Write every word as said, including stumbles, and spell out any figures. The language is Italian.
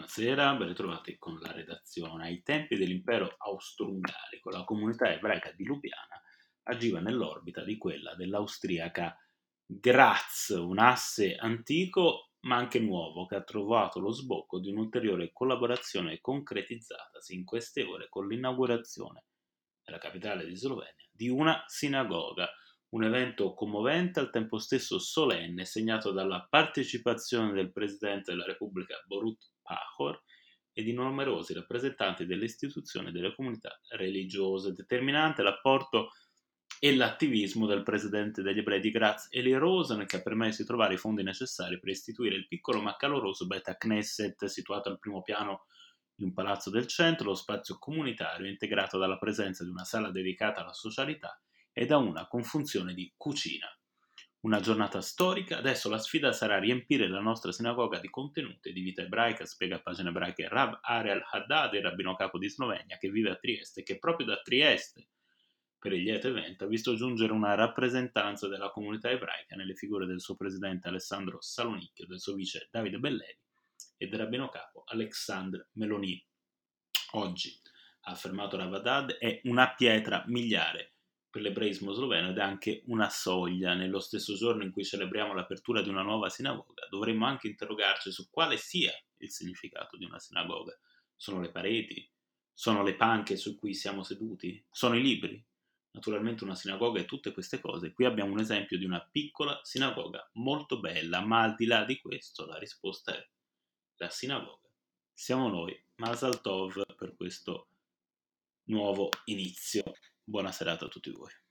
Buonasera, ben ritrovati con la redazione. Ai tempi dell'impero austro-ungarico, la comunità ebraica di Lubiana agiva nell'orbita di quella dell'austriaca Graz, un asse antico ma anche nuovo che ha trovato lo sbocco di un'ulteriore collaborazione concretizzatasi in queste ore con l'inaugurazione nella capitale di Slovenia di una sinagoga, un evento commovente e al tempo stesso solenne, segnato dalla partecipazione del presidente della Repubblica Borut Pahor e di numerosi rappresentanti delle istituzioni e delle comunità religiose. Determinante l'apporto e l'attivismo del presidente degli ebrei di Graz, Eli Rosen, che ha permesso di trovare i fondi necessari per istituire il piccolo ma caloroso Beta Knesset, situato al primo piano di un palazzo del centro, lo spazio comunitario integrato dalla presenza di una sala dedicata alla socialità e da una con funzione di cucina. Una giornata storica, adesso la sfida sarà riempire la nostra sinagoga di contenuti di vita ebraica, spiega a pagine ebraiche Rav Ariel Haddad, il rabbino capo di Slovenia, che vive a Trieste e che proprio da Trieste, per il lieto evento, ha visto giungere una rappresentanza della comunità ebraica nelle figure del suo presidente Alessandro Salonicchio, del suo vice Davide Bellevi e del rabbino capo Alexandre Meloni. Oggi, ha affermato Rav Haddad, è una pietra miliare per l'ebraismo sloveno ed è anche una soglia. Nello stesso giorno in cui celebriamo l'apertura di una nuova sinagoga, dovremmo anche interrogarci su quale sia il significato di una sinagoga. Sono le pareti? Sono le panche su cui siamo seduti? Sono i libri? Naturalmente una sinagoga è tutte queste cose. Qui abbiamo un esempio di una piccola sinagoga molto bella, ma al di là di questo la risposta è la sinagoga. Siamo noi. Mazal Tov per questo nuovo inizio. Buona serata a tutti voi.